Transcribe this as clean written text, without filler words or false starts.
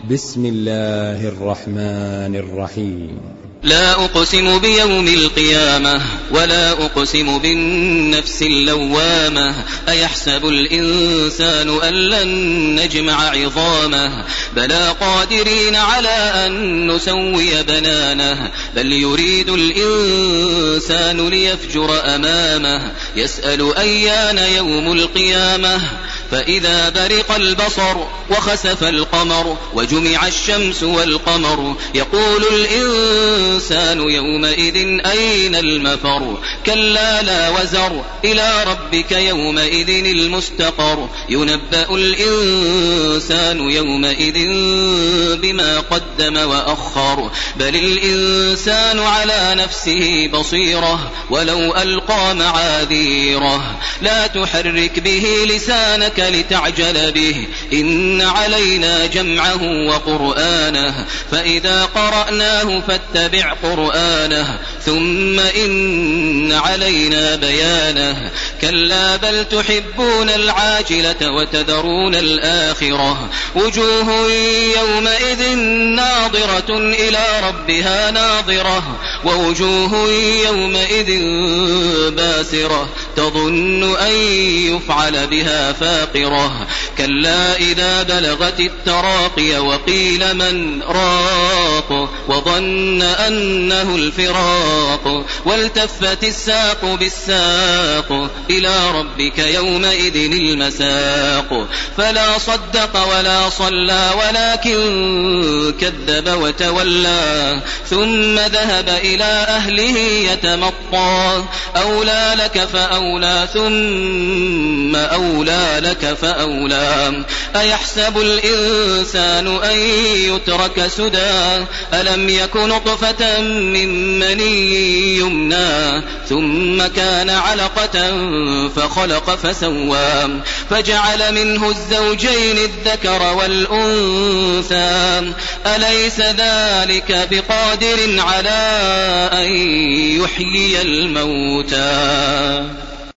بسم الله الرحمن الرحيم. لا أقسم بيوم القيامة ولا أقسم بالنفس اللوامة أيحسب الإنسان أن لن نجمع عظامه بلى قادرين على أن نسوي بنانه بل يريد الإنسان ليفجر أمامه يسأل أيان يوم القيامة فإذا برق البصر وخسف القمر وجمع الشمس والقمر يقول الإنسان يومئذ أين المفر كلا لا وزر إلى ربك يومئذ المستقر ينبأ الإنسان يومئذ بما قدم وأخر بل الإنسان على نفسه بصيرة ولو ألقى معاذيره لا تحرك به لسانك لتعجل به إن علينا جمعه وقرآنه فإذا قرأناه فاتبع قرآنه ثم إن علينا بيانه كلا بل تحبون العاجلة وتذرون الآخرة وجوه يومئذ ناظرة إلى ربها ناظرة ووجوه يومئذ باسرة تظن أن يفعل بها فاقرة كلا إذا بلغت التراقي وقيل من راق وظن أنه الفراق والتفت الساق بالساق إلى ربك يومئذ المساق فلا صدق ولا صلى ولكن كذب وتولى ثم ذهب إلى أهله يتمطى أولى لك فأولى ثم أولى لك فأولى أيحسب الإنسان أن يترك سدى ألم يك نطفة من مني يمنى ثم كان علقة فخلق فسوى فجعل منه الزوجين الذكر والأنثى أليس ذلك بقادر على أن يحيي الموتى